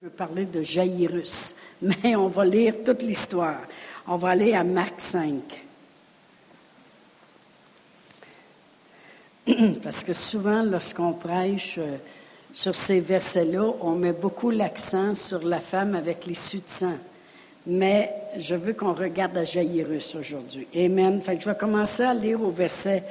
Je veux parler de Jaïrus, mais on va lire toute l'histoire. On va aller à Marc 5. Parce que souvent, lorsqu'on prêche sur ces versets-là, on met beaucoup l'accent sur la femme avec l'issue de sang. Mais je veux qu'on regarde à Jaïrus aujourd'hui. Amen. Fait que je vais commencer à lire au verset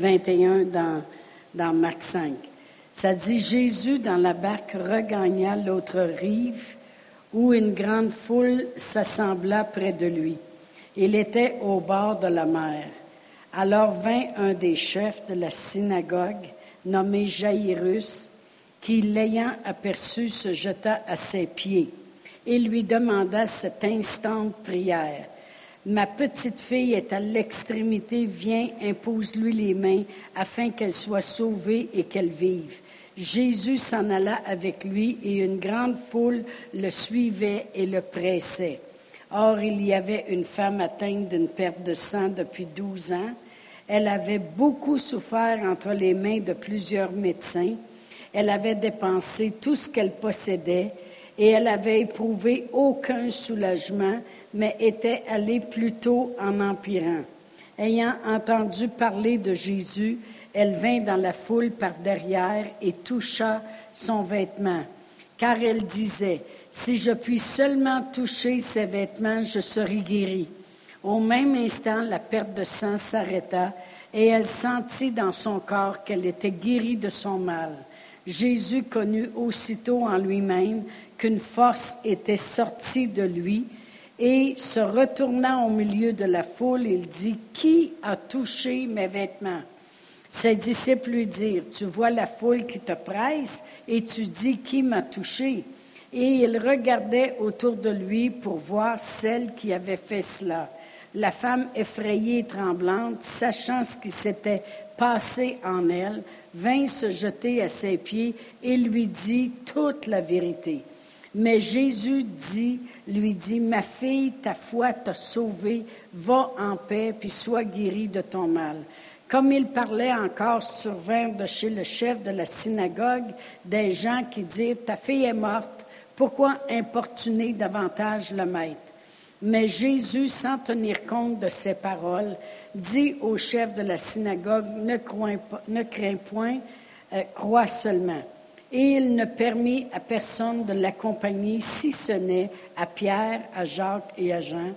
21 dans Marc 5. Ça dit, Jésus, dans la barque, regagna l'autre rive, où une grande foule s'assembla près de lui. Il était au bord de la mer. Alors vint un des chefs de la synagogue, nommé Jaïrus, qui, l'ayant aperçu, se jeta à ses pieds et lui demanda cette instante prière. « Ma petite fille est à l'extrémité, viens, impose-lui les mains, afin qu'elle soit sauvée et qu'elle vive. » Jésus s'en alla avec lui, et une grande foule le suivait et le pressait. Or, il y avait une femme atteinte d'une perte de sang depuis 12 ans. Elle avait beaucoup souffert entre les mains de plusieurs médecins. Elle avait dépensé tout ce qu'elle possédait, et elle avait éprouvé aucun soulagement, mais était allée plutôt en empirant. Ayant entendu parler de Jésus, elle vint dans la foule par derrière et toucha son vêtement, car elle disait, « Si je puis seulement toucher ses vêtements, je serai guérie. » Au même instant, la perte de sang s'arrêta, et elle sentit dans son corps qu'elle était guérie de son mal. Jésus connut aussitôt en lui-même qu'une force était sortie de lui, et se retournant au milieu de la foule, il dit, « Qui a touché mes vêtements? » Ses disciples lui dirent, « Tu vois la foule qui te presse, et tu dis, qui m'a touché? » Et il regardait autour de lui pour voir celle qui avait fait cela. La femme, effrayée et tremblante, sachant ce qui s'était passé en elle, vint se jeter à ses pieds et lui dit toute la vérité. Mais Jésus lui dit, « Ma fille, ta foi t'a sauvée, va en paix, puis sois guérie de ton mal. » Comme il parlait encore, survinrent de chez le chef de la synagogue des gens qui dirent, « Ta fille est morte, pourquoi importuner davantage le maître? » Mais Jésus, sans tenir compte de ces paroles, dit au chef de la synagogue, « Ne crains point, crois seulement. » Et il ne permit à personne de l'accompagner, si ce n'est à Pierre, à Jacques et à Jean,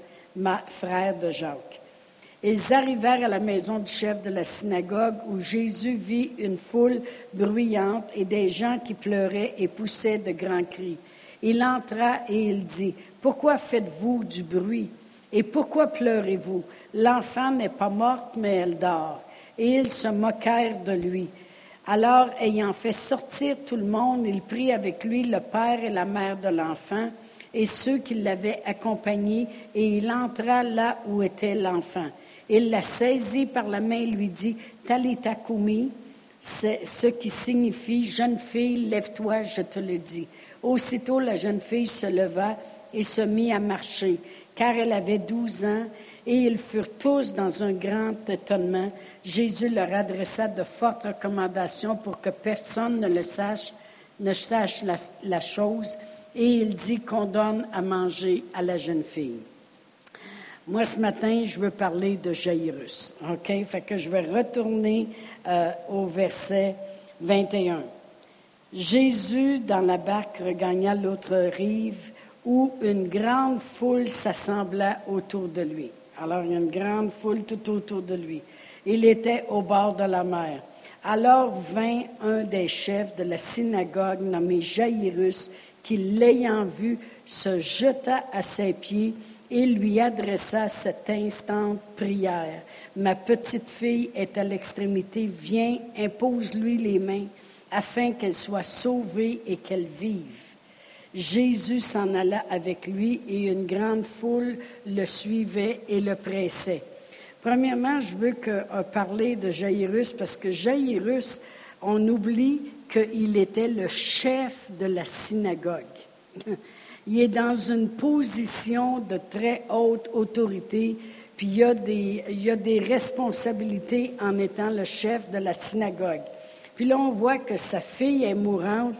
frères de Jacques. Ils arrivèrent à la maison du chef de la synagogue où Jésus vit une foule bruyante et des gens qui pleuraient et poussaient de grands cris. Il entra et il dit, « Pourquoi faites-vous du bruit? Et pourquoi pleurez-vous? L'enfant n'est pas morte, mais elle dort. » Et ils se moquèrent de lui. Alors, ayant fait sortir tout le monde, il prit avec lui le père et la mère de l'enfant et ceux qui l'avaient accompagné, et il entra là où était l'enfant. Il la saisit par la main et lui dit, « Talitha koumi », c'est ce qui signifie, « Jeune fille, lève-toi, je te le dis. » Aussitôt, la jeune fille se leva et se mit à marcher, car elle avait 12 ans, et ils furent tous dans un grand étonnement. Jésus leur adressa de fortes recommandations pour que personne ne sache la chose, et il dit qu'on donne à manger à la jeune fille. Moi, ce matin, je veux parler de Jaïrus, OK? Fait que je vais retourner au verset 21. Jésus, dans la barque, regagna l'autre rive, où une grande foule s'assembla autour de lui. Alors, il y a une grande foule tout autour de lui. Il était au bord de la mer. Alors vint un des chefs de la synagogue, nommé Jaïrus, qui, l'ayant vu, se jeta à ses pieds et lui adressa cette instante prière. « Ma petite fille est à l'extrémité, viens, impose-lui les mains, afin qu'elle soit sauvée et qu'elle vive. » Jésus s'en alla avec lui, et une grande foule le suivait et le pressait. Premièrement, je veux parler de Jaïrus, parce que Jaïrus, on oublie qu'il était le chef de la synagogue. Il est dans une position de très haute autorité, puis il y a des responsabilités en étant le chef de la synagogue. Puis là, on voit que sa fille est mourante,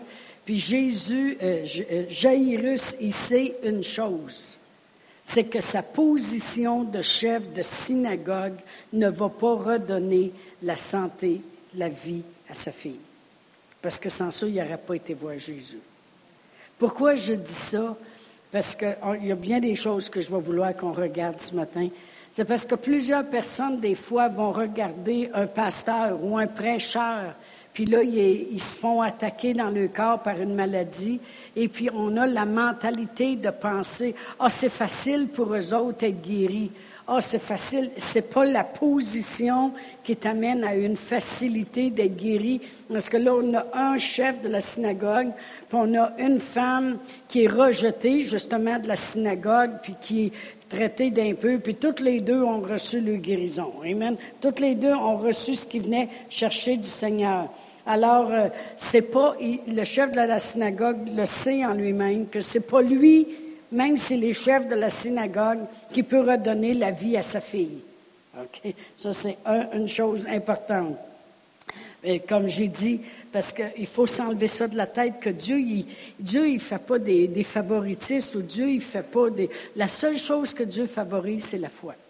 Puis Jairus, il sait une chose, c'est que sa position de chef de synagogue ne va pas redonner la santé, la vie à sa fille. Parce que sans ça, il n'aurait pas été voir Jésus. Pourquoi je dis ça? Parce qu'il y a bien des choses que je vais vouloir qu'on regarde ce matin. C'est parce que plusieurs personnes, des fois, vont regarder un pasteur ou un prêcheur, puis là, ils se font attaquer dans le corps par une maladie, et puis on a la mentalité de penser « Ah, c'est facile pour eux autres d'être guéris. Ah, c'est facile. » C'est pas la position qui t'amène à une facilité d'être guéri. Parce que là, on a un chef de la synagogue, puis on a une femme qui est rejetée, justement, de la synagogue, puis qui est traitée d'impure, puis toutes les deux ont reçu leur guérison. Amen. Toutes les deux ont reçu ce qu'ils venaient chercher du Seigneur. Alors, c'est pas, le chef de la synagogue le sait en lui-même, que c'est pas lui, même si c'est les chefs de la synagogue, qui peut redonner la vie à sa fille. OK? Ça, c'est une chose importante. Et comme j'ai dit, parce qu'il faut s'enlever ça de la tête, que Dieu, il fait pas des favoritismes, ou Dieu, il fait pas des... La seule chose que Dieu favorise, c'est la foi.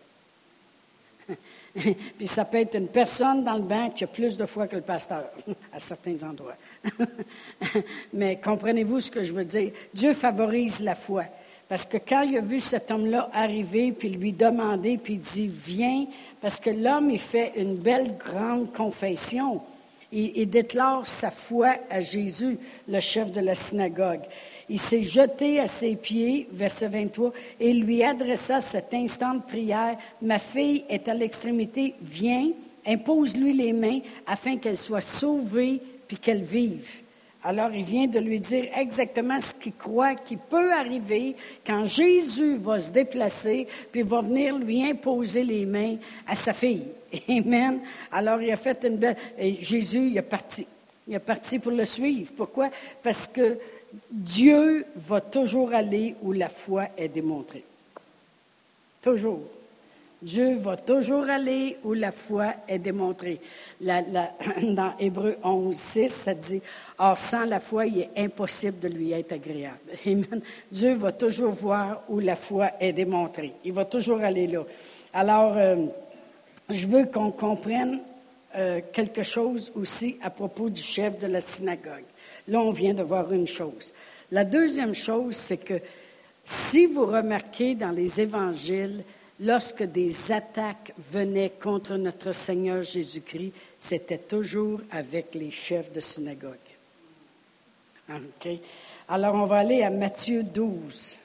Puis ça peut être une personne dans le banc qui a plus de foi que le pasteur, à certains endroits. Mais comprenez-vous ce que je veux dire? Dieu favorise la foi. Parce que quand il a vu cet homme-là arriver, puis lui demander, puis il dit « Viens », parce que l'homme, il fait une belle grande confession. Il déclare sa foi à Jésus, le chef de la synagogue. Il s'est jeté à ses pieds, verset 23, et lui adressa cet instant de prière. « Ma fille est à l'extrémité, viens, impose-lui les mains afin qu'elle soit sauvée puis qu'elle vive. » Alors, il vient de lui dire exactement ce qu'il croit qui peut arriver quand Jésus va se déplacer puis va venir lui imposer les mains à sa fille. Amen. Alors, il a fait une belle... Et Jésus, il est parti. Il est parti pour le suivre. Pourquoi? Parce que Dieu va toujours aller où la foi est démontrée. Toujours. Dieu va toujours aller où la foi est démontrée. Dans Hébreux 11, 6, ça dit « Or, sans la foi, il est impossible de lui être agréable. » Amen. Dieu va toujours voir où la foi est démontrée. Il va toujours aller là. Alors, je veux qu'on comprenne quelque chose aussi à propos du chef de la synagogue. Là, on vient de voir une chose. La deuxième chose, c'est que si vous remarquez dans les évangiles, lorsque des attaques venaient contre notre Seigneur Jésus-Christ, c'était toujours avec les chefs de synagogue. OK? Alors, on va aller à Matthieu 12.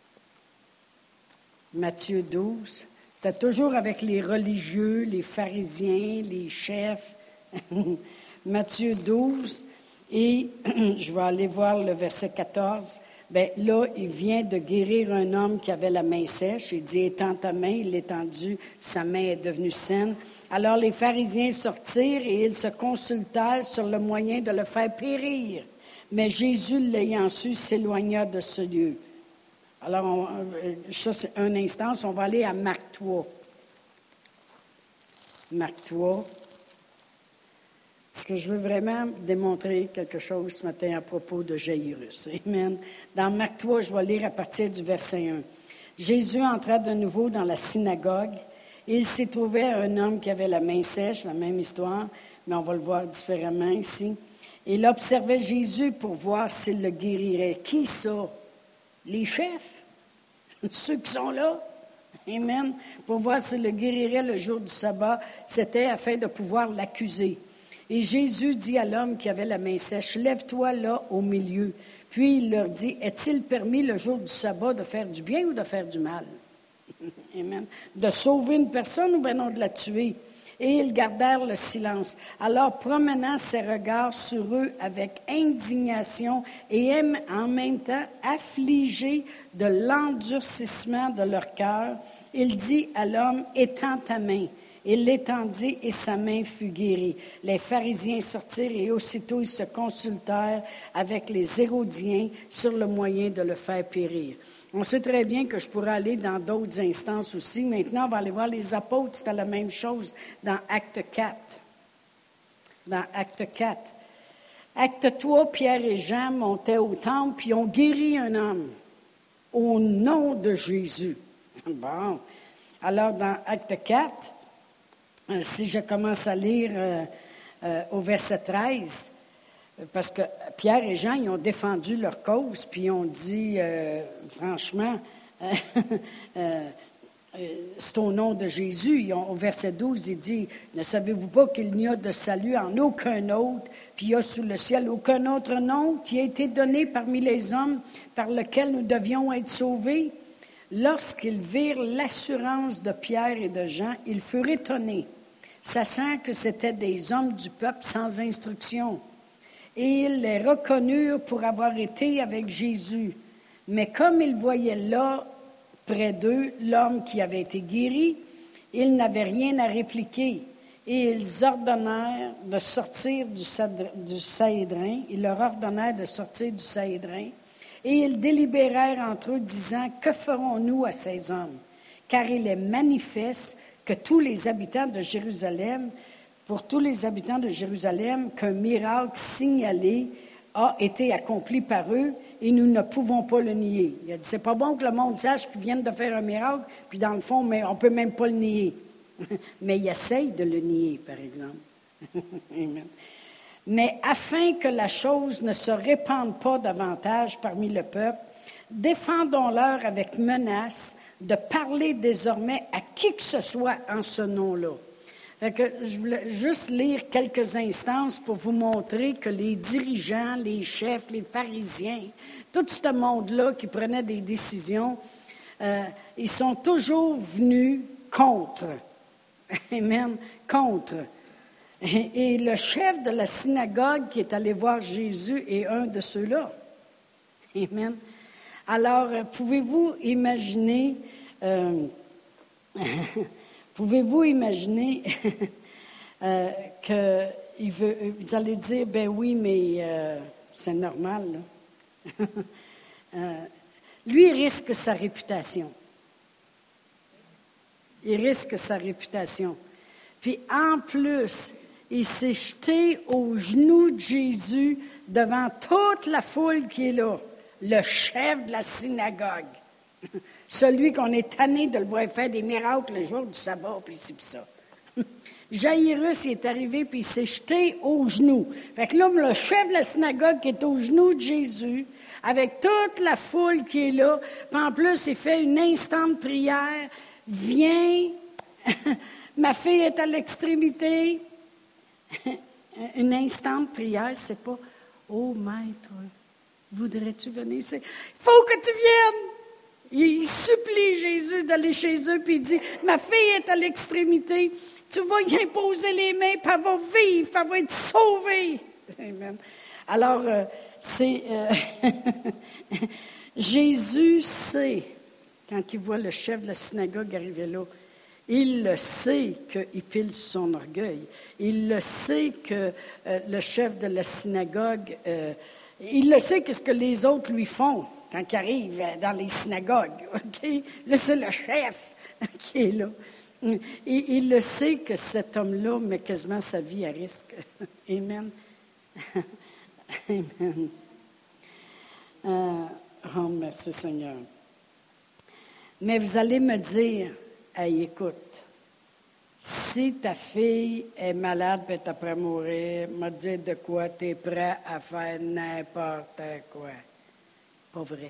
Matthieu 12. C'était toujours avec les religieux, les pharisiens, les chefs. Matthieu 12. Et je vais aller voir le verset 14. Bien, là, il vient de guérir un homme qui avait la main sèche. Il dit, étends ta main, il l'a étendue, sa main est devenue saine. Alors les pharisiens sortirent et ils se consultèrent sur le moyen de le faire périr. Mais Jésus, l'ayant su, s'éloigna de ce lieu. Alors, ça, c'est un instant. On va aller à Marc 3. Marc 3. Est-ce que je veux vraiment démontrer quelque chose ce matin à propos de Jairus? Amen. Dans Marc 3, je vais lire à partir du verset 1. Jésus entra de nouveau dans la synagogue et il s'y trouvait un homme qui avait la main sèche, la même histoire, mais on va le voir différemment ici. Il observait Jésus pour voir s'il le guérirait. Qui ça? Les chefs? Ceux qui sont là? Amen. Pour voir s'il le guérirait le jour du sabbat, c'était afin de pouvoir l'accuser. Et Jésus dit à l'homme qui avait la main sèche, « Lève-toi là au milieu. » Puis il leur dit, « Est-il permis le jour du sabbat de faire du bien ou de faire du mal? » Amen. De sauver une personne ou bien non de la tuer? Et ils gardèrent le silence. Alors, promenant ses regards sur eux avec indignation et en même temps affligé de l'endurcissement de leur cœur, il dit à l'homme, « Étends ta main. » Il l'étendit et sa main fut guérie. Les pharisiens sortirent et aussitôt ils se consultèrent avec les Hérodiens sur le moyen de le faire périr. On sait très bien que je pourrais aller dans d'autres instances aussi. Maintenant, on va aller voir les apôtres. C'était la même chose dans Acte 4. Dans Acte 4. Acte 3, Pierre et Jean montaient au temple, puis ont guéri un homme au nom de Jésus. Bon. Alors, dans Acte 4, si je commence à lire au verset 13, parce que Pierre et Jean, ils ont défendu leur cause, puis ils ont dit, franchement, c'est au nom de Jésus. Au verset 12, il dit, « Ne savez-vous pas qu'il n'y a de salut en aucun autre, puis il n'y a sous le ciel aucun autre nom qui a été donné parmi les hommes par lequel nous devions être sauvés? » Lorsqu'ils virent l'assurance de Pierre et de Jean, ils furent étonnés, sachant que c'étaient des hommes du peuple sans instruction. Et ils les reconnurent pour avoir été avec Jésus. Mais comme ils voyaient là, près d'eux, l'homme qui avait été guéri, ils n'avaient rien à répliquer. Et ils ordonnèrent de sortir du Sahédrin. Ils leur ordonnèrent de sortir du Sahédrin. Et ils délibérèrent entre eux, disant, « Que ferons-nous à ces hommes? Car il est manifeste que tous les habitants de Jérusalem, pour tous les habitants de Jérusalem, qu'un miracle signalé a été accompli par eux, et nous ne pouvons pas le nier. » Il a dit, c'est pas bon que le monde sache qu'ils viennent de faire un miracle, puis dans le fond, mais on ne peut même pas le nier. Mais il essaye de le nier, par exemple. Amen. Mais afin que la chose ne se répande pas davantage parmi le peuple, défendons-leur avec menace de parler désormais à qui que ce soit en ce nom-là. Fait que je voulais juste lire quelques instances pour vous montrer que les dirigeants, les chefs, les pharisiens, tout ce monde-là qui prenait des décisions, ils sont toujours venus contre. Amen. Contre. Et le chef de la synagogue qui est allé voir Jésus est un de ceux-là. Amen. Alors, pouvez-vous imaginer que vous allez dire, ben oui, mais c'est normal, là. Lui, il risque sa réputation. Il risque sa réputation. Puis en plus, il s'est jeté aux genoux de Jésus devant toute la foule qui est là, le chef de la synagogue, celui qu'on est tanné de le voir faire des miracles le jour du sabbat, puis ci, puis ça. Jaïrus, il est arrivé, puis il s'est jeté aux genoux. Fait que là, le chef de la synagogue qui est aux genoux de Jésus, avec toute la foule qui est là, puis en plus, il fait une instante prière, viens, ma fille est à l'extrémité. Une instante prière, c'est pas « Oh, maître, voudrais-tu venir? » C'est « Il faut que tu viennes! » Il supplie Jésus d'aller chez eux, puis il dit « Ma fille est à l'extrémité, tu vas y imposer les mains, puis elle va vivre, elle va être sauvée. » Amen. Alors, Jésus sait, quand il voit le chef de la synagogue arriver là, il le sait qu'il pile son orgueil. Il le sait que le chef de la synagogue, il le sait qu'est-ce que les autres lui font quand il arrive dans les synagogues. Okay? Là, c'est le chef qui est là. Et il le sait que cet homme-là met quasiment sa vie à risque. Amen. Amen. Oh, merci Seigneur. Mais vous allez me dire, hey, écoute, si ta fille est malade et est après mourir, me dire de quoi tu es prêt à faire n'importe quoi. Pas vrai.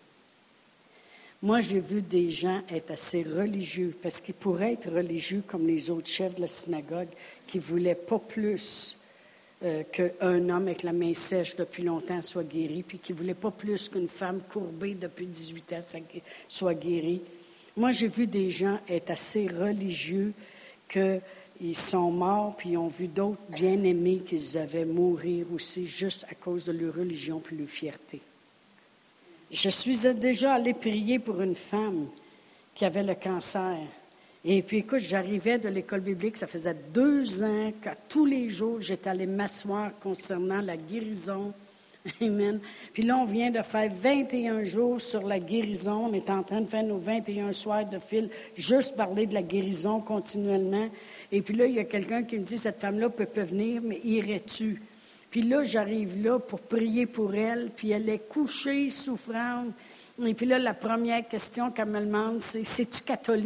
Moi, j'ai vu des gens être assez religieux, parce qu'ils pourraient être religieux comme les autres chefs de la synagogue, qui ne voulaient pas plus qu'un homme avec la main sèche depuis longtemps soit guéri, puis qui ne voulaient pas plus qu'une femme courbée depuis 18 ans soit guérie. Moi, j'ai vu des gens être assez religieux qu'ils sont morts, puis ils ont vu d'autres bien-aimés qu'ils avaient mourir aussi, juste à cause de leur religion et leur fierté. Je suis déjà allée prier pour une femme qui avait le cancer. Et puis, écoute, j'arrivais de l'école biblique, ça faisait 2 ans qu'à tous les jours, j'étais allée m'asseoir concernant la guérison. Amen. Puis là, on vient de faire 21 jours sur la guérison. On est en train de faire nos 21 soirs de fil, juste parler de la guérison continuellement. Et puis là, il y a quelqu'un qui me dit, cette femme-là peut venir, mais irais-tu? Puis là, j'arrive là pour prier pour elle, puis elle est couchée, souffrante. Et puis là, la première question qu'elle me demande, c'est « C'est-tu catholique? »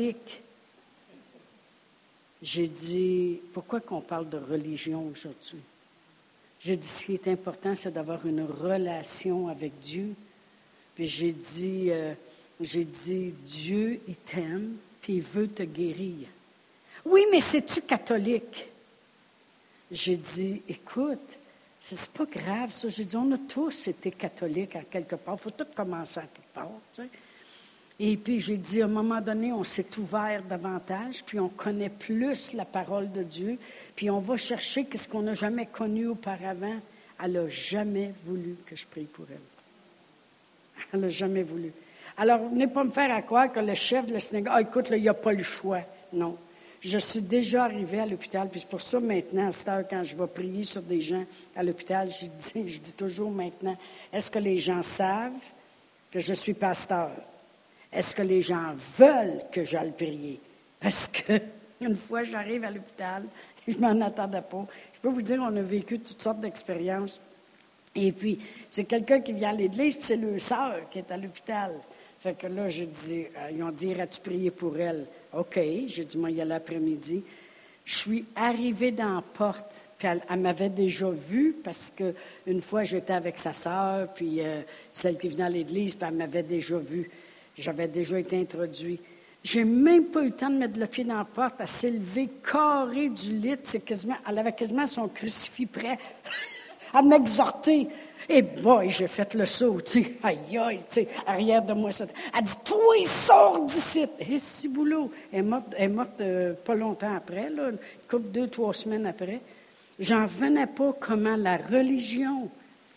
J'ai dit « Pourquoi qu'on parle de religion aujourd'hui? » J'ai dit « Ce qui est important, c'est d'avoir une relation avec Dieu. » Puis j'ai dit « Dieu, il t'aime, puis il veut te guérir. » « Oui, mais c'est-tu catholique? » J'ai dit « Écoute, c'est pas grave, ça. » J'ai dit, on a tous été catholiques à quelque part. Il faut tout commencer à quelque part, tu sais. Et puis, j'ai dit, à un moment donné, on s'est ouvert davantage, puis on connaît plus la parole de Dieu, puis on va chercher ce qu'on n'a jamais connu auparavant. Elle n'a jamais voulu que je prie pour elle. Elle n'a jamais voulu. Alors, venez pas me faire à croire que le chef de la synagogue, écoute, là, il n'y a pas le choix. Non. Je suis déjà arrivée à l'hôpital, puis c'est pour ça maintenant, à cette heure, quand je vais prier sur des gens à l'hôpital, je dis toujours maintenant, est-ce que les gens savent que je suis pasteur? Est-ce que les gens veulent que j'aille prier? Parce que une fois, j'arrive à l'hôpital, je m'en attendais pas. Je peux vous dire, on a vécu toutes sortes d'expériences. Et puis, c'est quelqu'un qui vient à l'église, puis c'est leur sœur qui est à l'hôpital. Fait que là, j'ai dit, ils ont dit, iras-tu prier pour elle? OK, j'ai dit, moi, il y a l'après-midi. Je suis arrivée dans la porte, puis elle m'avait déjà vue, parce qu'une fois, j'étais avec sa sœur, puis celle qui venait à l'église, puis elle m'avait déjà vue. J'avais déjà été introduit. J'ai même pas eu le temps de mettre le pied dans la porte. Elle s'est levée carrée du lit. Elle avait quasiment son crucifix prêt à m'exhorter. Et boy, j'ai fait le saut, tu sais, aïe, aïe, tu sais, arrière de moi. Ça. Elle dit, toi, sors d'ici. Et si boulot. Elle est morte pas longtemps après, là, une couple, 2-3 semaines après. J'en revenais pas comment la religion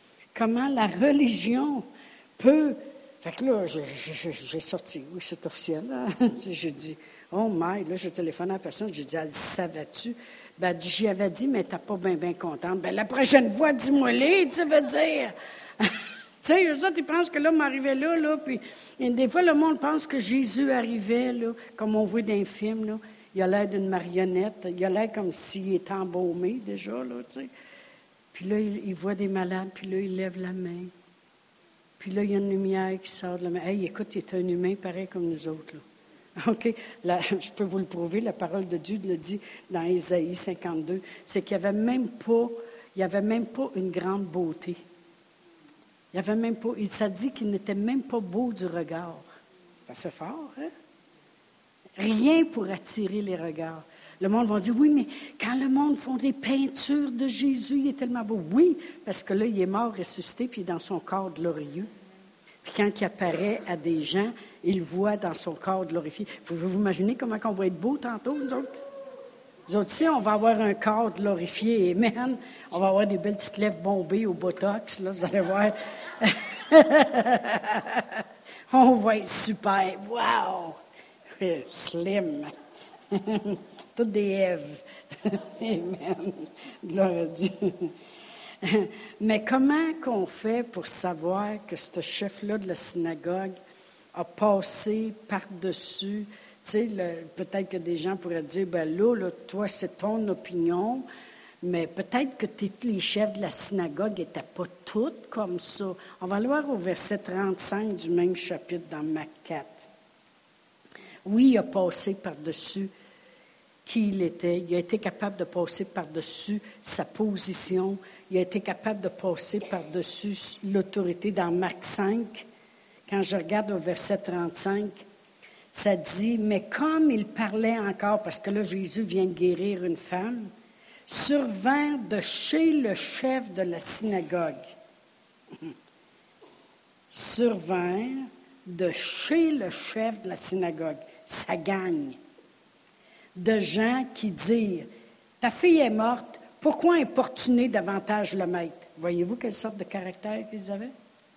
peut... Fait que là, j'ai sorti, oui, c'est officiel, hein? J'ai dit, oh my, là, j'ai téléphoné à la personne, j'ai dit, elle dit, savais-tu? Ben, elle dit, j'y avais dit, mais t'es pas bien contente. Ben, la prochaine fois, dis-moi-les, tu veux dire. Tu sais, eux autres, ils pensent que l'homme arrivait là, puis des fois, le monde pense que Jésus arrivait, là, comme on voit dans les films, là. Il a l'air d'une marionnette, il a l'air comme s'il était embaumé déjà, là, tu sais. Puis là, il voit des malades, puis là, il lève la main. Puis là, il y a une lumière qui sort de la main. Hey, écoute, il est un humain pareil comme nous autres, là. OK? Là, je peux vous le prouver, la parole de Dieu le dit dans Ésaïe 52, c'est qu'il n'y avait même pas une grande beauté. Il y avait même pas, ça dit qu'il n'était même pas beau du regard. C'est assez fort, hein? Rien pour attirer les regards. Le monde va dire, oui, mais quand le monde font des peintures de Jésus, il est tellement beau. Oui, parce que là, il est mort, ressuscité, puis dans son corps glorieux. Puis quand il apparaît à des gens, il voit dans son corps glorifié. Vous imaginez comment on va être beau tantôt, nous autres? Nous autres, si on va avoir un corps glorifié, amen, on va avoir des belles petites lèvres bombées au botox, là, vous allez voir. On va être super. Wow! Slim. Toutes des Èves. Amen. Gloire à Dieu. Mais comment qu'on fait pour savoir que ce chef-là de la synagogue a passé par-dessus, tu sais, peut-être que des gens pourraient dire, ben là, toi, c'est ton opinion, mais peut-être que les chefs de la synagogue n'étaient pas tous comme ça. On va le voir au verset 35 du même chapitre dans Marc 4. Oui, il a passé par-dessus qui il était. Il a été capable de passer par-dessus sa position. Il a été capable de passer par-dessus l'autorité. Dans Marc 5, quand je regarde au verset 35, ça dit, mais comme il parlait encore, parce que là, Jésus vient de guérir une femme, survint de chez le chef de la synagogue. Survint de chez le chef de la synagogue. Ça gagne. De gens qui disent, ta fille est morte, pourquoi importuner davantage le maître? Voyez-vous quelle sorte de caractère qu'ils avaient?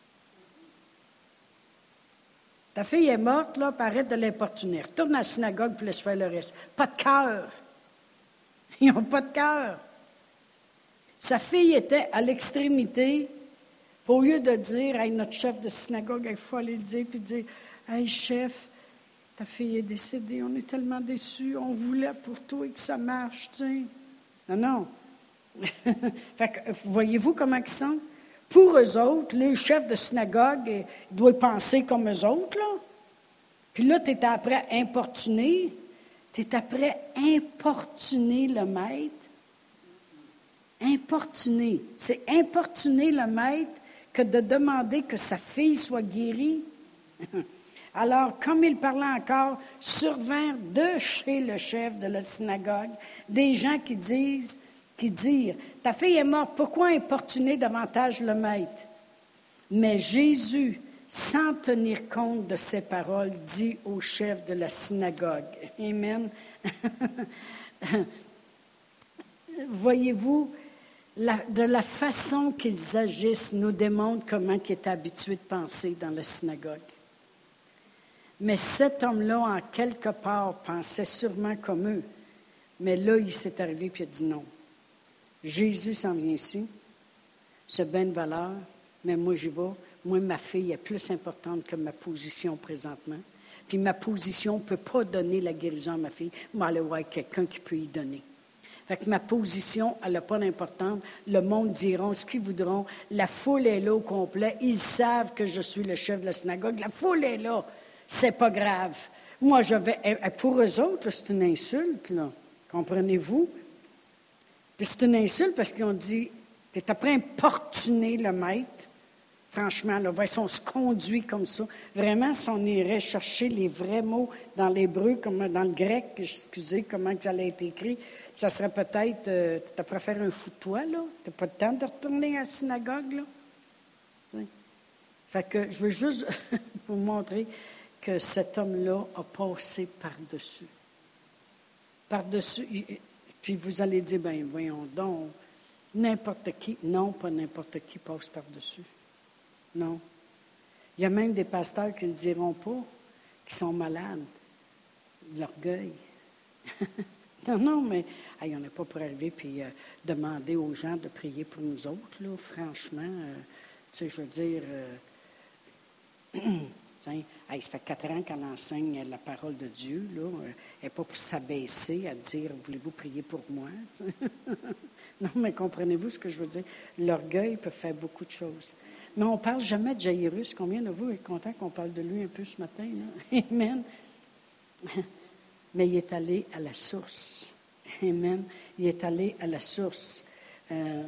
Ta fille est morte, là, puis arrête de l'importuner. Retourne à la synagogue puis laisse faire le reste. Pas de cœur. Ils n'ont pas de cœur. Sa fille était à l'extrémité. Au lieu de dire, hey, notre chef de synagogue, il faut aller le dire, puis dire, hey, chef, ta fille est décédée, on est tellement déçus, on voulait pour toi que ça marche, tu sais. Non. Fait que, voyez-vous comment ils sont? Pour eux autres, le chef de synagogue il doit penser comme eux autres, là. Puis là, tu es après importuner. Tu es après importuner le maître. Importuner. C'est importuner le maître que de demander que sa fille soit guérie. Alors, comme il parlait encore, survinrent de chez le chef de la synagogue des gens qui dirent, ta fille est morte, pourquoi importuner davantage le maître? Mais Jésus, sans tenir compte de ces paroles, dit au chef de la synagogue. Amen. Voyez-vous, de la façon qu'ils agissent nous démontre comment ils étaient habitués de penser dans la synagogue. Mais cet homme-là, en quelque part, pensait sûrement comme eux. Mais là, il s'est arrivé et il a dit non. Jésus s'en vient ici. C'est bien de valeur, mais moi, j'y vais. Moi, ma fille est plus importante que ma position présentement. Puis ma position ne peut pas donner la guérison à ma fille. Mais aller voir quelqu'un qui peut y donner. Fait que ma position, elle n'a pas d'importance. Le monde diront ce qu'ils voudront. La foule est là au complet. Ils savent que je suis le chef de la synagogue. La foule est là. C'est pas grave. Moi, je vais... Pour eux autres, là, c'est une insulte, là. Comprenez-vous? Puis c'est une insulte parce qu'ils ont dit, tu es après importuner le maître. Franchement, là, si on se conduit comme ça, vraiment, si on irait chercher les vrais mots dans l'hébreu, comme dans le grec, excusez, comment ça allait être écrit, ça serait peut-être, tu as faire un fou de toi, là. Tu n'as pas le temps de retourner à la synagogue, là. T'sais. Fait que je veux juste vous montrer que cet homme-là a passé par-dessus. Par-dessus. Puis vous allez dire, bien, voyons donc, n'importe qui. Non, pas n'importe qui passe par-dessus. Non. Il y a même des pasteurs qui ne le diront pas, qui sont malades. De l'orgueil. Non, mais on n'est pas pour arriver et demander aux gens de prier pour nous autres, là, franchement. Tu sais, je veux dire, ça fait 4 ans qu'elle enseigne la parole de Dieu, là. Elle n'est pas pour s'abaisser à dire, voulez-vous prier pour moi? Non, mais comprenez-vous ce que je veux dire? L'orgueil peut faire beaucoup de choses. Mais on ne parle jamais de Jairus. Combien de vous êtes contents qu'on parle de lui un peu ce matin? Là? Amen. Mais il est allé à la source. Amen. Il est allé à la source. Amen.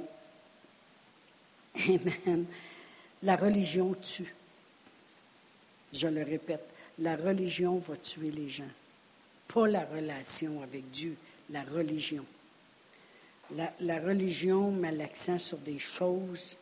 La religion tue. Je le répète, la religion va tuer les gens. Pas la relation avec Dieu, la religion. La religion met l'accent sur des choses.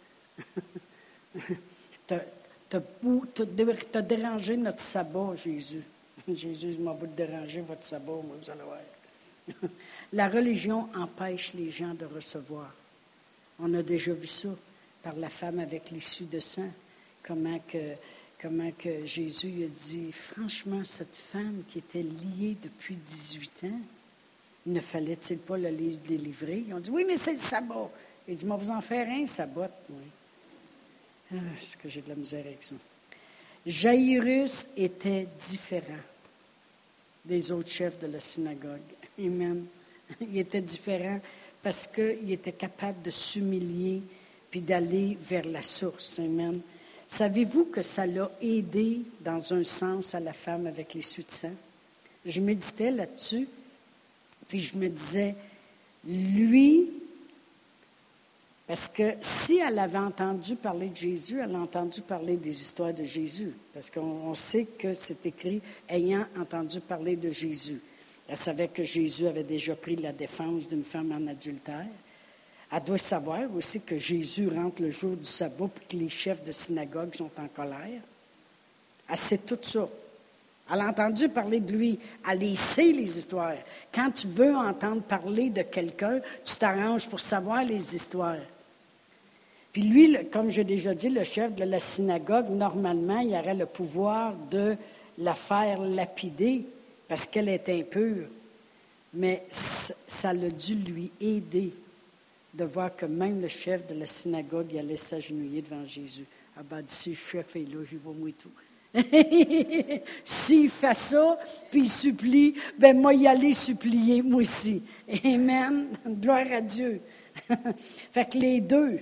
T'as dérangé notre sabbat, Jésus. Jésus m'a voulu déranger votre sabbat, moi, vous allez voir. La religion empêche les gens de recevoir. On a déjà vu ça par la femme avec l'issue de sang. Comment que Jésus a dit, franchement, cette femme qui était liée depuis 18 ans, ne fallait-il pas la délivrer? Ils ont dit, oui, mais c'est le sabbat. Il dit, moi, vous en faire un sabbat, oui. Est-ce que j'ai de la misère avec ça? Jairus était différent des autres chefs de la synagogue. Amen. Il était différent parce qu'il était capable de s'humilier puis d'aller vers la source. Amen. Savez-vous que ça l'a aidé dans un sens à la femme avec l'issue de sang? Je méditais là-dessus, puis je me disais, lui, parce que si elle avait entendu parler de Jésus, elle a entendu parler des histoires de Jésus, parce qu'on sait que c'est écrit ayant entendu parler de Jésus. Elle savait que Jésus avait déjà pris la défense d'une femme en adultère. Elle doit savoir aussi que Jésus rentre le jour du sabbat et que les chefs de synagogue sont en colère. Elle sait tout ça. Elle a entendu parler de lui. Elle sait les histoires. Quand tu veux entendre parler de quelqu'un, tu t'arranges pour savoir les histoires. Puis lui, comme j'ai déjà dit, le chef de la synagogue, normalement, il aurait le pouvoir de la faire lapider parce qu'elle est impure. Mais ça a dû lui aider de voir que même le chef de la synagogue il allait s'agenouiller devant Jésus. Ah ben, si le chef est là, j'y vais moi tout. S'il fait ça, puis il supplie, ben moi y aller supplier, moi aussi. Amen. Gloire à Dieu. Fait que les deux,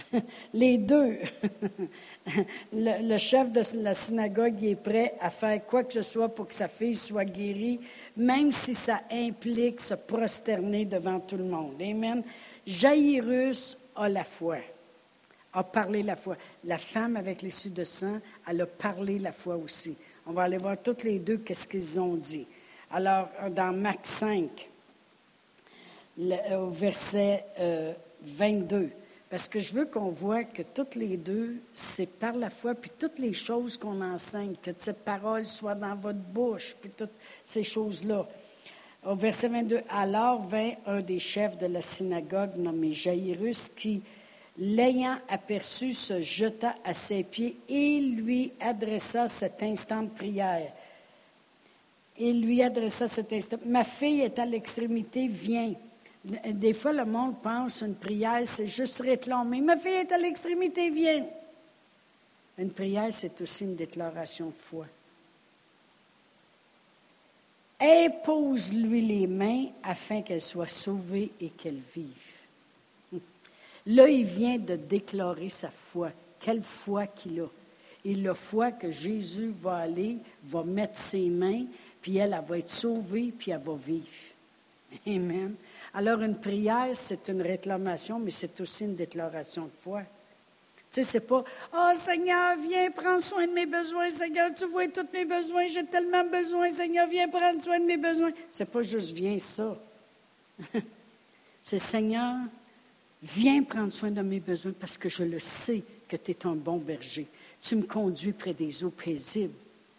le chef de la synagogue il est prêt à faire quoi que ce soit pour que sa fille soit guérie, même si ça implique se prosterner devant tout le monde. Amen. Jaïrus a la foi, a parlé la foi. La femme avec l'issue de sang, elle a parlé la foi aussi. On va aller voir toutes les deux qu'est-ce qu'ils ont dit. Alors, dans Marc 5, au verset 22, parce que je veux qu'on voit que toutes les deux, c'est par la foi, puis toutes les choses qu'on enseigne, que cette parole soit dans votre bouche, puis toutes ces choses-là. Au verset 22, alors vint un des chefs de la synagogue nommé Jaïrus qui, l'ayant aperçu, se jeta à ses pieds et lui adressa cet instant de prière. Il lui adressa cet instant. Ma fille est à l'extrémité, viens. Des fois, le monde pense une prière, c'est juste réclamer. Ma fille est à l'extrémité, viens. Une prière, c'est aussi une déclaration de foi. Impose-lui les mains afin qu'elle soit sauvée et qu'elle vive. Là, il vient de déclarer sa foi. Quelle foi qu'il a. Il a foi que Jésus va aller, va mettre ses mains, puis elle va être sauvée, puis elle va vivre. Amen. Alors, une prière, c'est une réclamation, mais c'est aussi une déclaration de foi. Tu sais, c'est pas « Oh, Seigneur, viens prendre soin de mes besoins. Seigneur, tu vois tous mes besoins. J'ai tellement besoin. Seigneur, viens prendre soin de mes besoins. » C'est pas juste « Viens ça. » C'est « Seigneur, viens prendre soin de mes besoins parce que je le sais que tu es un bon berger. Tu me conduis près des eaux paisibles,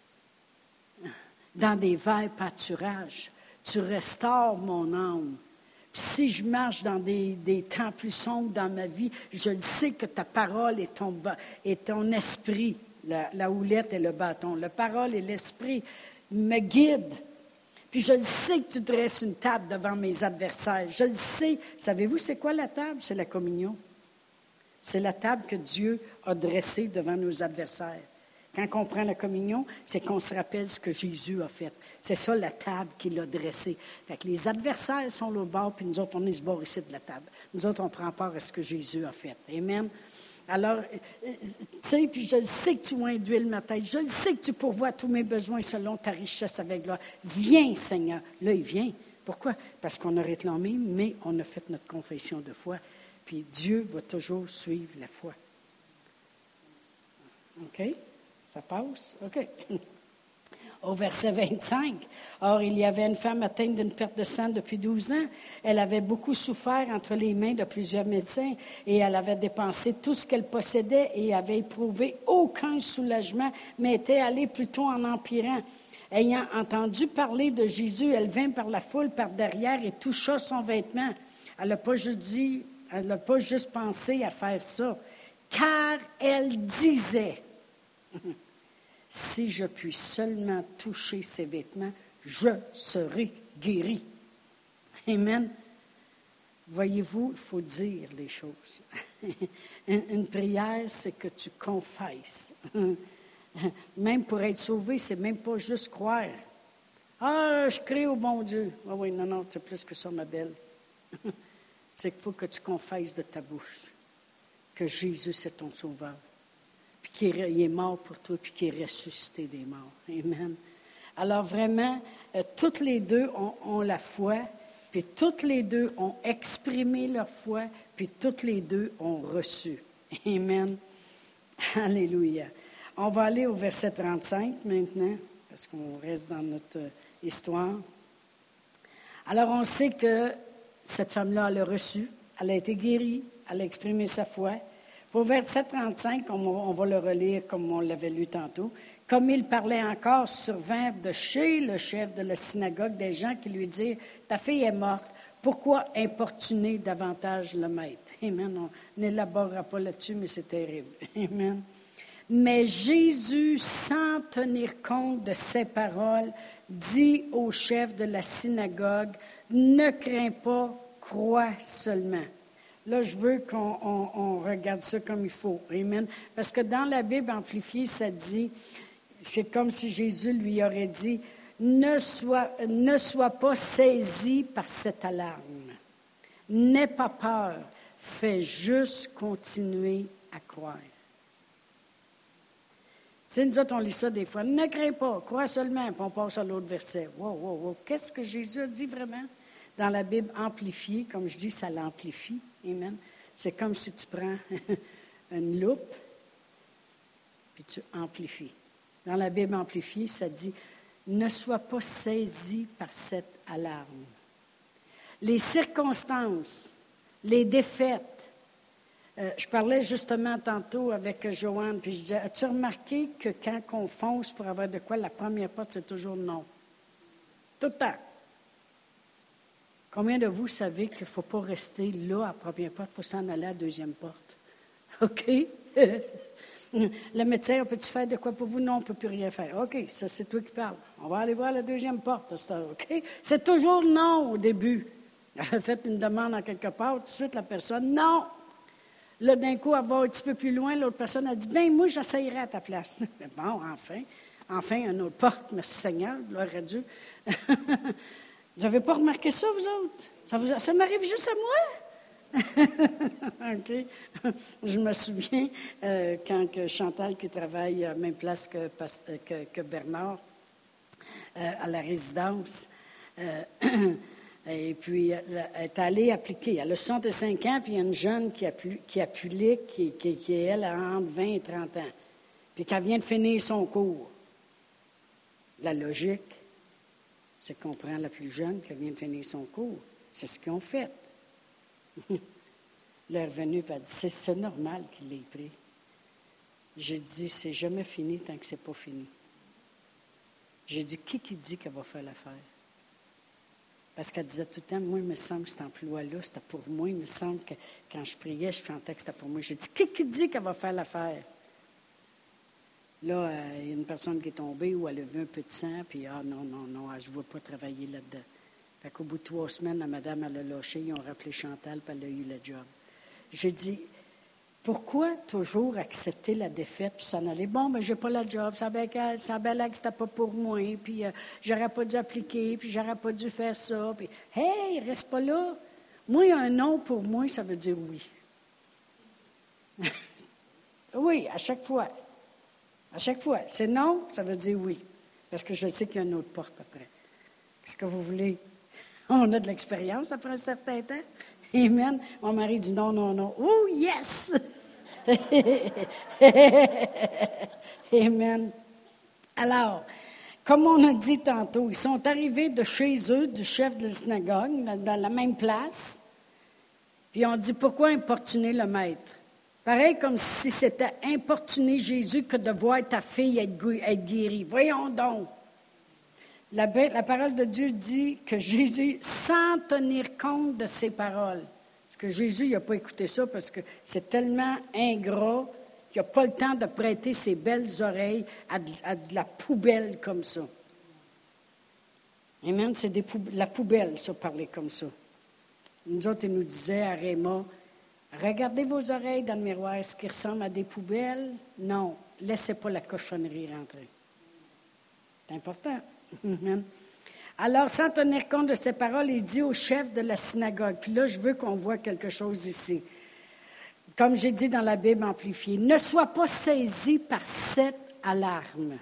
dans des verts pâturages. Tu restaures mon âme. Puis si je marche dans des temps plus sombres dans ma vie, je le sais que ta parole est ton esprit, la houlette et le bâton. La parole et l'esprit me guident. Puis je le sais que tu dresses une table devant mes adversaires. Je le sais. Savez-vous, c'est quoi la table? C'est la communion. C'est la table que Dieu a dressée devant nos adversaires. Quand on prend la communion, c'est qu'on se rappelle ce que Jésus a fait. C'est ça la table qu'il a dressée. Fait que les adversaires sont là au bord, puis nous autres, on est ce bord ici de la table. Nous autres, on prend part à ce que Jésus a fait. Amen. Alors, tu sais, puis je le sais que tu induis ma tête. Je le sais que tu pourvois tous mes besoins selon ta richesse avec gloire. Viens, Seigneur. Là, il vient. Pourquoi? Parce qu'on a réclamé, mais on a fait notre confession de foi. Puis Dieu va toujours suivre la foi. OK? Ça passe? OK. Au verset 25, « Or, il y avait une femme atteinte d'une perte de sang depuis 12 ans. Elle avait beaucoup souffert entre les mains de plusieurs médecins et elle avait dépensé tout ce qu'elle possédait et avait éprouvé aucun soulagement, mais était allée plutôt en empirant. Ayant entendu parler de Jésus, elle vint par la foule par derrière et toucha son vêtement. » Elle n'a pas juste pensé à faire ça, car elle disait... Si je puis seulement toucher ses vêtements, je serai guéri. Amen. Voyez-vous, il faut dire les choses. Une prière, c'est que tu confesses. Même pour être sauvé, c'est même pas juste croire. Ah, je crie au bon Dieu. Ah oui, non, c'est plus que ça, ma belle. C'est qu'il faut que tu confesses de ta bouche que Jésus, c'est ton sauveur. Puis qu'il est mort pour toi, puis qu'il est ressuscité des morts. Amen. Alors vraiment, toutes les deux ont la foi, puis toutes les deux ont exprimé leur foi, puis toutes les deux ont reçu. Amen. Alléluia. On va aller au verset 35 maintenant, parce qu'on reste dans notre histoire. Alors on sait que cette femme-là, elle a reçu, elle a été guérie, elle a exprimé sa foi. Au verset 35, on va le relire comme on l'avait lu tantôt. Comme il parlait encore, survinrent de chez le chef de la synagogue des gens qui lui dirent « Ta fille est morte, pourquoi importuner davantage le maître? » Amen. On n'élaborera pas là-dessus, mais c'est terrible. Amen. Mais Jésus, sans tenir compte de ces paroles, dit au chef de la synagogue « Ne crains pas, crois seulement. » Là, je veux qu'on regarde ça comme il faut. Amen. Parce que dans la Bible amplifiée, ça dit, c'est comme si Jésus lui aurait dit, ne sois pas saisi par cette alarme. N'aie pas peur. Fais juste continuer à croire. Tu sais, nous autres, on lit ça des fois. Ne crains pas, crois seulement, puis on passe à l'autre verset. Wow, wow, wow. Qu'est-ce que Jésus a dit vraiment? Dans la Bible amplifiée, comme je dis, ça l'amplifie. Amen. C'est comme si tu prends une loupe, puis tu amplifies. Dans la Bible amplifiée, ça dit, ne sois pas saisi par cette alarme. Les circonstances, les défaites. Je parlais justement tantôt avec Joanne, puis je disais, as-tu remarqué que quand on fonce pour avoir de quoi, la première porte, c'est toujours non? Tout le temps. Combien de vous savez qu'il ne faut pas rester là à la première porte, il faut s'en aller à la deuxième porte? OK? Le médecin, peut-tu faire de quoi pour vous? Non, on ne peut plus rien faire. OK, ça c'est toi qui parles. On va aller voir la deuxième porte à cette heure, OK? C'est toujours non au début. Elle a fait une demande en quelque part, tout de suite la personne, non! Là, d'un coup, elle va un petit peu plus loin, l'autre personne a dit, bien, moi, j'essayerai à ta place. Bon, enfin, une autre porte, merci Seigneur, gloire à Dieu. Vous n'avez pas remarqué ça, vous autres? Ça m'arrive juste à moi? OK. Je me souviens, quand que Chantal, qui travaille à la même place que Bernard, à la résidence, et puis elle est allée appliquer. Elle a 65 ans, puis il y a une jeune qui applique, qui elle, a entre 20 et 30 ans, puis qui vient de finir son cours. La logique, c'est qu'on prend la plus jeune qui vient de finir son cours. C'est ce qu'ils ont fait. L'heure venue, elle a dit, c'est normal qu'il l'ait pris. J'ai dit, c'est jamais fini tant que c'est pas fini. J'ai dit, qui dit qu'elle va faire l'affaire? Parce qu'elle disait tout le temps, moi, il me semble que cet emploi-là, c'était pour moi. Il me semble que quand je priais, je sentais que c'était pour moi. J'ai dit, qui dit qu'elle va faire l'affaire? Là, il y a une personne qui est tombée où elle a vu un peu de sang, puis non, je ne veux pas travailler là-dedans. Fait qu'au bout de 3 semaines, la madame, elle a lâché, ils ont rappelé Chantal, puis elle a eu le job. J'ai dit, pourquoi toujours accepter la défaite puis s'en aller? Bon, je n'ai pas le job, ça avait l'air que c'était pas pour moi, puis j'aurais pas dû appliquer, puis j'aurais pas dû faire ça, puis hey, reste pas là. Moi, un non pour moi, ça veut dire oui. Oui, à chaque fois. À chaque fois. C'est non, ça veut dire oui. Parce que je sais qu'il y a une autre porte après. Qu'est-ce que vous voulez? On a de l'expérience après un certain temps. Amen. Mon mari dit non. Oh, yes! Amen. Alors, comme on a dit tantôt, ils sont arrivés de chez eux, du chef de la synagogue, dans la même place. Puis on dit, pourquoi importuner le maître? Pareil comme si c'était importuner Jésus que de voir ta fille être guérie. Voyons donc. La parole de Dieu dit que Jésus, sans tenir compte de ses paroles, parce que Jésus n'a pas écouté ça parce que c'est tellement ingrat qu'il n'a pas le temps de prêter ses belles oreilles à de la poubelle comme ça. Amen, c'est la poubelle, ça, parler comme ça. Nous autres, il nous disait à Réma, regardez vos oreilles dans le miroir, est-ce qu'ils ressemblent à des poubelles? Non, laissez pas la cochonnerie rentrer. C'est important. Alors, sans tenir compte de ces paroles, il dit au chef de la synagogue, puis là, je veux qu'on voit quelque chose ici. Comme j'ai dit dans la Bible amplifiée, ne sois pas saisi par cette alarme.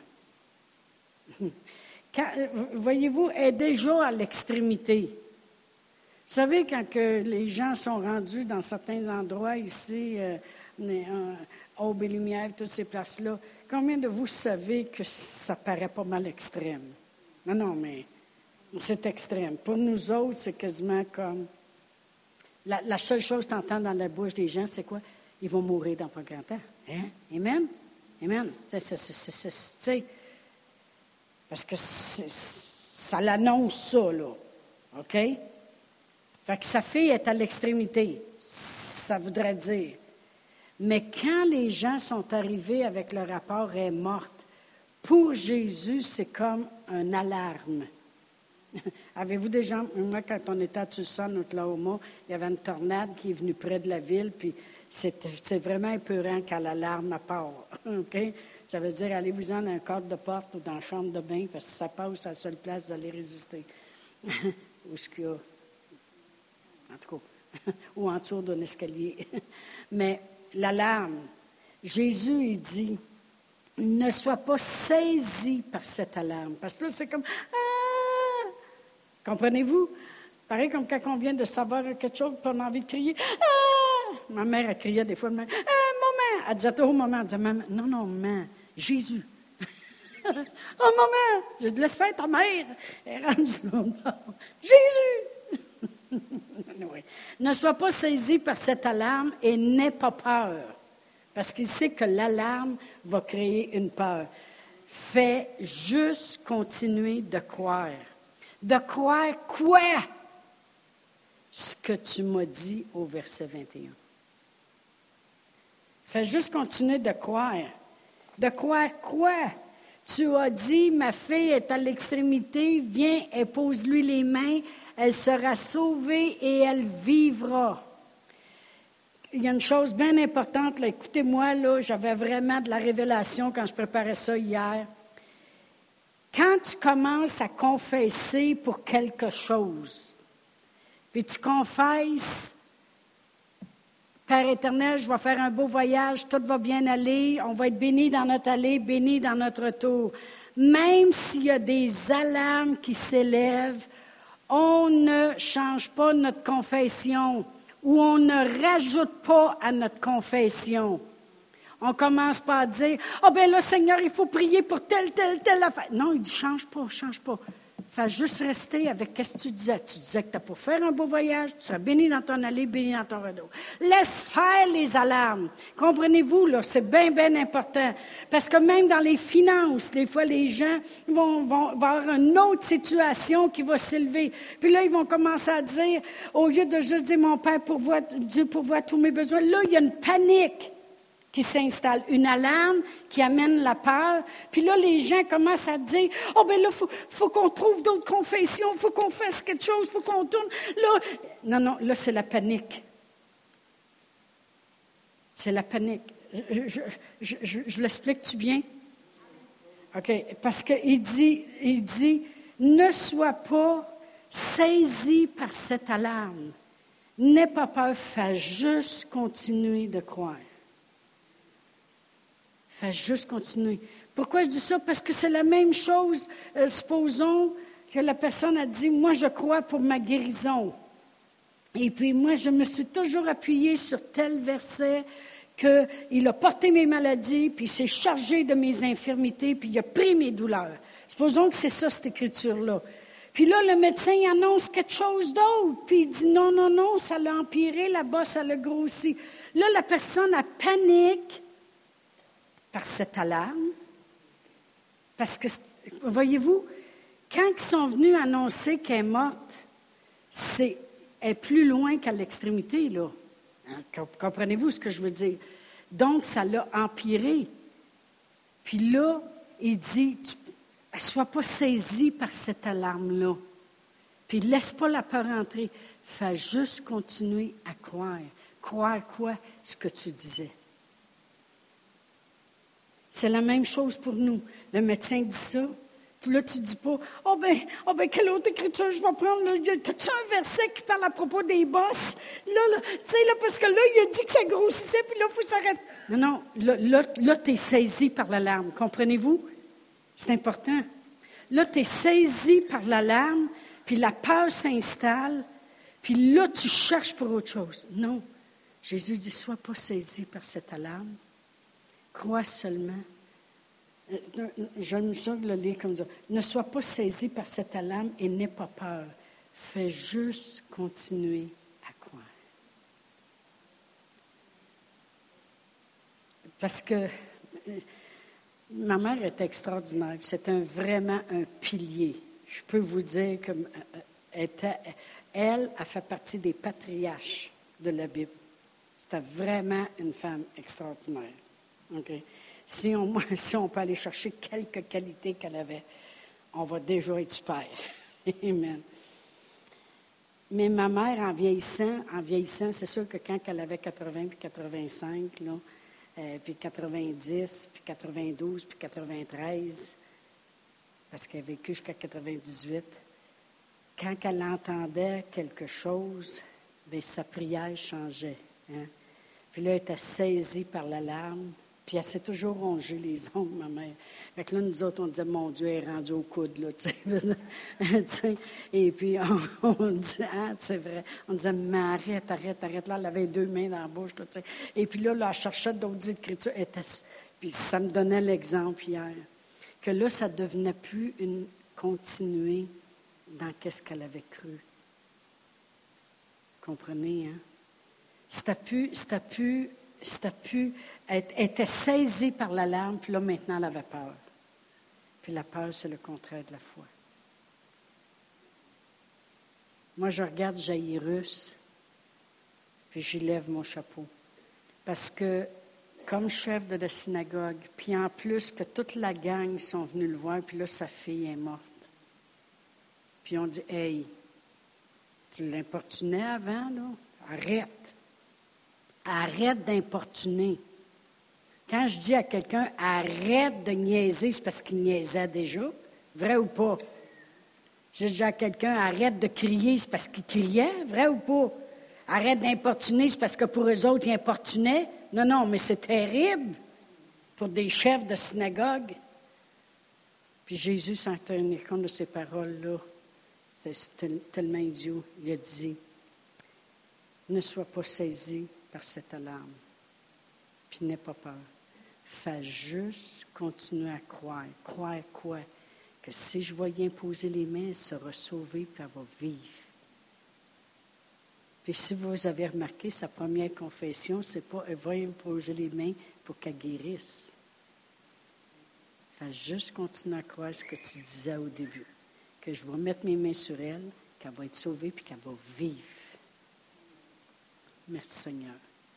Voyez-vous, elle est déjà à l'extrémité. Vous savez, quand que les gens sont rendus dans certains endroits ici, Aube-et-Lumière, toutes ces places-là, combien de vous savez que ça paraît pas mal extrême? Non, mais c'est extrême. Pour nous autres, c'est quasiment comme... La seule chose que tu entends dans la bouche des gens, c'est quoi? Ils vont mourir dans pas grand temps. Hein? Amen? Amen. Tu sais, parce que ça l'annonce ça, là. OK? Fait que sa fille est à l'extrémité. Ça voudrait dire. Mais quand les gens sont arrivés avec le rapport, elle est morte, pour Jésus, c'est comme une alarme. Avez-vous déjà, moi, quand on était à Tucson, Oklahoma, il y avait une tornade qui est venue près de la ville, puis c'est vraiment épeurant quand l'alarme part. OK? Ça veut dire, allez-vous-en dans un cadre de porte ou dans la chambre de bain, parce que ça passe à la seule place, vous allez résister. Où est-ce qu'il y a? En tout cas, ou en dessous d'un escalier. Mais l'alarme, Jésus, il dit, ne sois pas saisi par cette alarme. Parce que là, c'est comme, ah! Comprenez-vous? Pareil comme quand on vient de savoir quelque chose, puis on a envie de crier, ah! Ma mère, elle criait des fois, maman! Elle disait au moment, elle disait, maman, non, maman, Jésus. Oh, maman! Je dis, laisse faire ta mère. Elle est rendue là. Jésus! Oui. Ne sois pas saisi par cette alarme et n'aie pas peur. Parce qu'il sait que l'alarme va créer une peur. Fais juste continuer de croire. De croire quoi? Ce que tu m'as dit au verset 21. Fais juste continuer de croire. De croire quoi? Tu as dit, ma fille est à l'extrémité, viens et pose-lui les mains, elle sera sauvée et elle vivra. Il y a une chose bien importante, là, écoutez-moi, là, j'avais vraiment de la révélation quand je préparais ça hier. Quand tu commences à confesser pour quelque chose, puis tu confesses, Père éternel, je vais faire un beau voyage, tout va bien aller, on va être bénis dans notre allée, bénis dans notre retour. Même s'il y a des alarmes qui s'élèvent, on ne change pas notre confession ou on ne rajoute pas à notre confession. On commence par dire, « Ah, bien là, Seigneur, il faut prier pour telle affaire. » Non, il dit, « Change pas. Fais juste rester avec ce que tu disais. Tu disais que tu as pour faire un beau voyage, tu seras béni dans ton allée, béni dans ton retour. Laisse faire les alarmes. Comprenez-vous, là, c'est bien important. Parce que même dans les finances, des fois, les gens vont avoir une autre situation qui va s'élever. Puis là, ils vont commencer à dire, au lieu de juste dire, mon Père, Dieu pourvoit tous mes besoins, là, il y a une panique qui s'installe, une alarme qui amène la peur. Puis là, les gens commencent à dire, « Oh, bien là, faut qu'on trouve d'autres confessions, il faut qu'on fasse quelque chose, il faut qu'on tourne. » Là, non, là, c'est la panique. C'est la panique. Je l'explique-tu bien? OK, parce qu'il dit, ne sois pas saisi par cette alarme. N'aie pas peur, fais juste continuer de croire. Fais juste continuer. Pourquoi je dis ça? Parce que c'est la même chose. Supposons que la personne a dit, moi, je crois pour ma guérison. Et puis, moi, je me suis toujours appuyée sur tel verset qu'il a porté mes maladies, puis il s'est chargé de mes infirmités, puis il a pris mes douleurs. Supposons que c'est ça, cette écriture-là. Puis là, le médecin il annonce quelque chose d'autre, puis il dit, non, ça l'a empiré, là-bas, ça l'a grossi. Là, la personne a panique par cette alarme. Parce que, voyez-vous, quand ils sont venus annoncer qu'elle est morte, elle est plus loin qu'à l'extrémité, là. Comprenez-vous ce que je veux dire? Donc, ça l'a empiré. Puis là, il dit, ne sois pas saisi par cette alarme-là. Puis laisse pas la peur entrer. Fais juste continuer à croire. Croire quoi? Ce que tu disais. C'est la même chose pour nous. Le médecin dit ça. Là, tu ne dis pas, oh ben, quelle autre écriture je vais prendre? As-tu un verset qui parle à propos des bosses? Tu sais, parce que là, il a dit que ça grossissait, puis là, il faut s'arrêter. Non, là tu es saisi par l'alarme. Comprenez-vous? C'est important. Là, tu es saisi par l'alarme, puis la peur s'installe, puis là, tu cherches pour autre chose. Non. Jésus dit, sois pas saisi par cette alarme. Crois seulement. J'aime ça le lire comme ça. Ne sois pas saisi par cette alarme et n'aie pas peur. Fais juste continuer à croire. Parce que ma mère était extraordinaire. C'était vraiment un pilier. Je peux vous dire elle a fait partie des patriarches de la Bible. C'était vraiment une femme extraordinaire. Okay. Si on peut aller chercher quelques qualités qu'elle avait, on va déjà être super. Amen. Mais ma mère, en vieillissant, c'est sûr que quand elle avait 80 puis 85, là, puis 90, puis 92, puis 93, parce qu'elle a vécu jusqu'à 98, quand elle entendait quelque chose bien, sa prière changeait. Hein? Puis là, elle était saisie par l'alarme. Puis elle s'est toujours rongée les ongles, ma mère. Fait que là, nous autres, on disait, mon Dieu, elle est rendue au coude, là, tu sais. Et puis, on disait, ah, c'est vrai. On disait, mais arrête. Là, elle avait 2 mains dans la bouche, là, tu sais. Et puis là, elle cherchait d'autres écritures. Puis ça me donnait l'exemple hier. Que là, ça ne devenait plus une continuée dans qu'est-ce qu'elle avait cru. Comprenez, hein? Elle était saisie par l'alarme, puis là, maintenant, elle avait peur. Puis la peur, c'est le contraire de la foi. Moi, je regarde Jaïrus, puis j'y lève mon chapeau. Parce que, comme chef de la synagogue, puis en plus que toute la gang sont venus le voir, puis là, sa fille est morte. Puis on dit, « Hey, tu l'importunais avant, là? Arrête! Arrête d'importuner. » Quand je dis à quelqu'un, arrête de niaiser, c'est parce qu'il niaisait déjà. Vrai ou pas? Si je dis à quelqu'un, arrête de crier, c'est parce qu'il criait. Vrai ou pas? Arrête d'importuner, c'est parce que pour eux autres, ils importunaient. Non, mais c'est terrible pour des chefs de synagogue. Puis Jésus, sans tenir compte de ces paroles-là, c'était tellement idiot. Il a dit, ne sois pas saisi par cette alarme, puis n'aie pas peur. Fais juste continuer à croire. Croire quoi? Que si je vais y imposer les mains, elle sera sauvée, puis elle va vivre. Puis si vous avez remarqué, sa première confession, c'est pas « elle va imposer les mains pour qu'elle guérisse ». Fais juste continuer à croire ce que tu disais au début. Que je vais mettre mes mains sur elle, qu'elle va être sauvée, puis qu'elle va vivre. Merci Seigneur.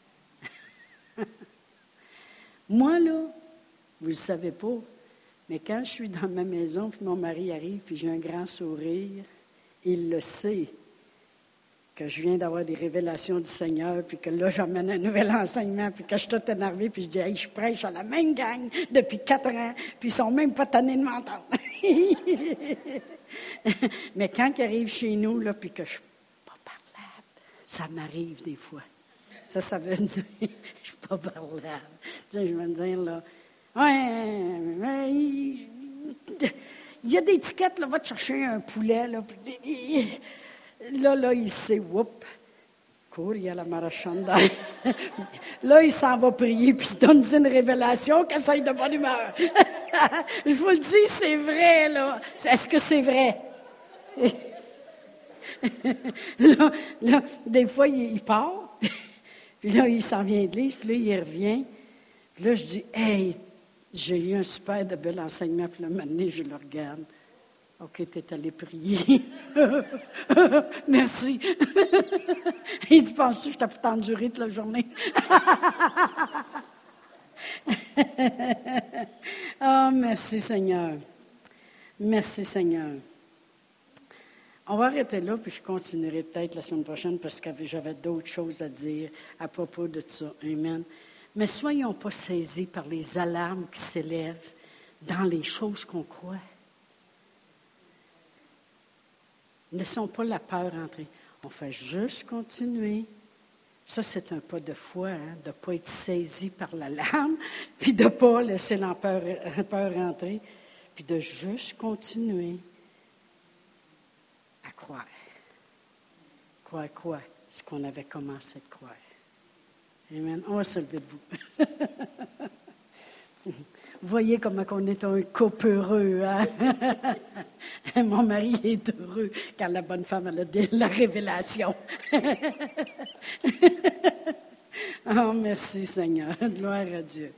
Moi, là, vous ne le savez pas, mais quand je suis dans ma maison, puis mon mari arrive, puis j'ai un grand sourire, il le sait, que je viens d'avoir des révélations du Seigneur, puis que là, j'amène un nouvel enseignement, puis que je suis toute énervée, puis je dis, hey, je prêche à la même gang depuis 4 ans, puis ils ne sont même pas tannés de m'entendre. Mais quand ils arrivent chez nous, là, puis que je ne suis pas parlable, ça m'arrive des fois. Ça veut dire, je ne suis pas parlable. Tu sais, je veux dire, là, ouais, mais il y a des étiquettes, là, va te chercher un poulet, là, puis là, il sait, whoop, cours, il y a la marachanda. Là, il s'en va prier, puis il donne une révélation qu'il essaye de bonne humeur. Je vous le dis, c'est vrai, là. Est-ce que c'est vrai? là, des fois, il part, puis là, il s'en vient de l'île, puis là, il revient. Puis là, je dis, hey, j'ai eu un super de bel enseignement, puis là, maintenant, je le regarde. OK, tu es allé prier. Merci. Il dit, penses-tu que je t'ai pas enduré toute la journée? Oh, merci Seigneur. Merci Seigneur. On va arrêter là, puis je continuerai peut-être la semaine prochaine parce que j'avais d'autres choses à dire à propos de ça. Amen. Mais soyons pas saisis par les alarmes qui s'élèvent dans les choses qu'on croit. Ne laissons pas la peur entrer. On fait juste continuer. Ça, c'est un pas de foi, hein, de ne pas être saisi par l'alarme, puis de ne pas laisser la peur rentrer, puis de juste continuer à croire. Croire quoi? Ce qu'on avait commencé de croire. Amen. On va se lever debout. Vous voyez comment on est un couple heureux, hein? Mon mari est heureux quand la bonne femme a la révélation. Oh, merci Seigneur. Gloire à Dieu.